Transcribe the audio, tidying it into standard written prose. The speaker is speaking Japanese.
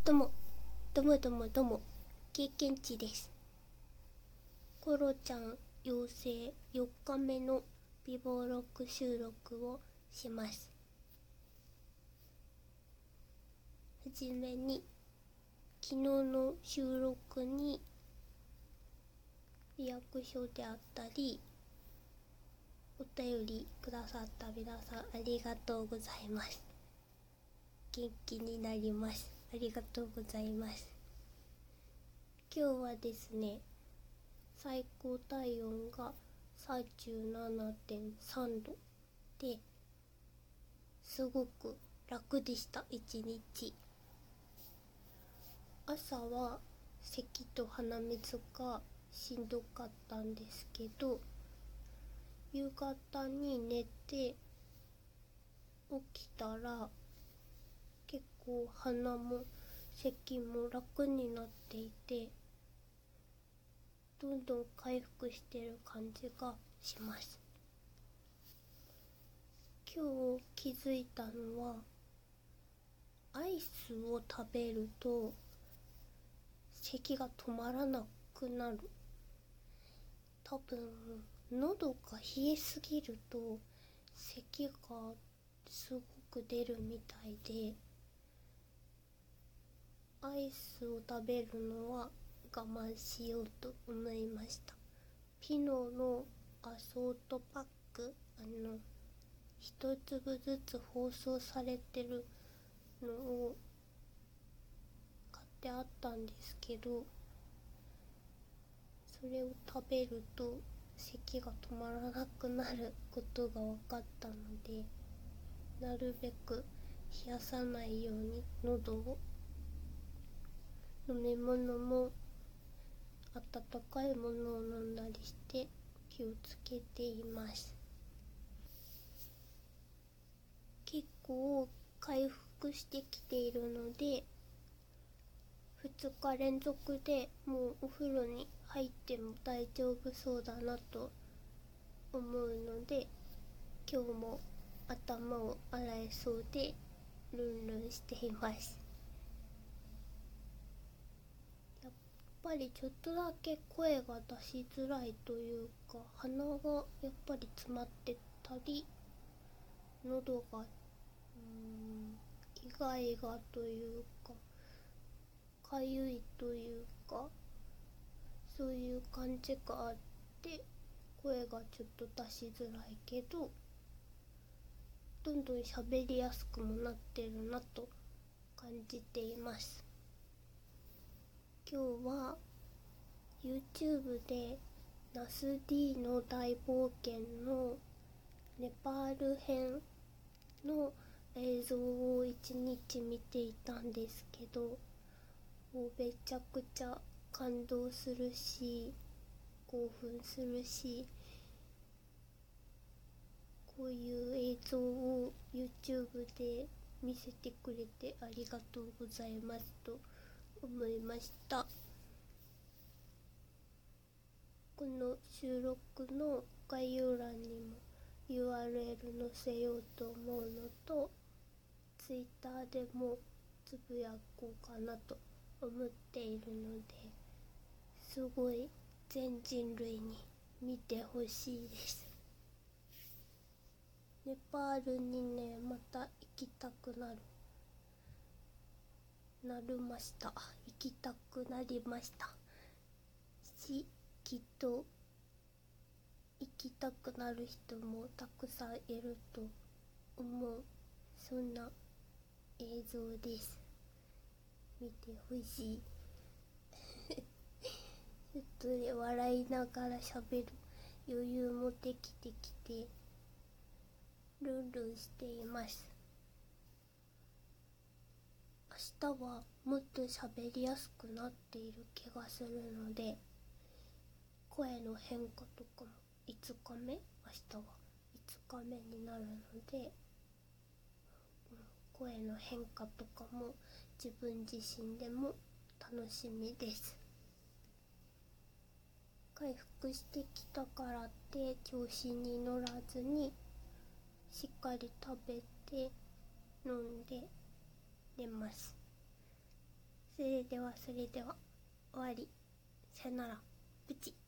どうも、どうも、経験値です。コロちゃん陽性4日目の美貌録収録をします。はじめに、昨日の収録にリアクションであったり、お便りくださった皆さんありがとうございます。元気になります。ありがとうございます。今日はですね、最高体温が 37.3 度ですごく楽でした。一日朝は咳と鼻水がしんどかったんですけど、夕方に寝て起きたら結構鼻も咳も楽になっていて、どんどん回復してる感じがします。今日気づいたのは、アイスを食べると咳が止まらなくなる。多分喉が冷えすぎると咳がすごく出るみたいで、アイスを食べるのは我慢しようと思いました。ピノのアソートパック、一粒ずつ包装されてるのを買ってあったんですけど、それを食べると咳が止まらなくなることが分かったので、なるべく冷やさないように喉を、飲み物も温かいものを飲んだりして気をつけています。結構回復してきているので、2日連続でもうお風呂に入っても大丈夫そうだなと思うので、今日も頭を洗えそうでルンルンしています。やっぱりちょっとだけ声が出しづらいというか、鼻がやっぱり詰まってたり、喉がイガイガというかかゆいというか、そういう感じがあって、声がちょっと出しづらいけど、どんどん喋りやすくもなってるなと感じています。今日は YouTube でナス D の大冒険のネパール編の映像を一日見ていたんですけど、もうめちゃくちゃ感動するし興奮するし、こういう映像を YouTube で見せてくれてありがとうございますと思いました。この収録の概要欄にも URL 載せようと思うのと、Twitter でもつぶやこうかなと思っているので、すごい全人類に見てほしいです。ネパールにね、また行きたくなりました。行きたくなりましたし、きっと行きたくなる人もたくさんいると思う、そんな映像です。見てほしい。ちょっとね、笑いながら喋る余裕もできてきてルンルンしています。明日はもっと喋りやすくなっている気がするので、声の変化とかも5日目、明日は5日目になるので、声の変化とかも自分自身でも楽しみです。回復してきたからって調子に乗らずにしっかり食べて飲んで寝ます。 それでは終わり。さよなら。プチ。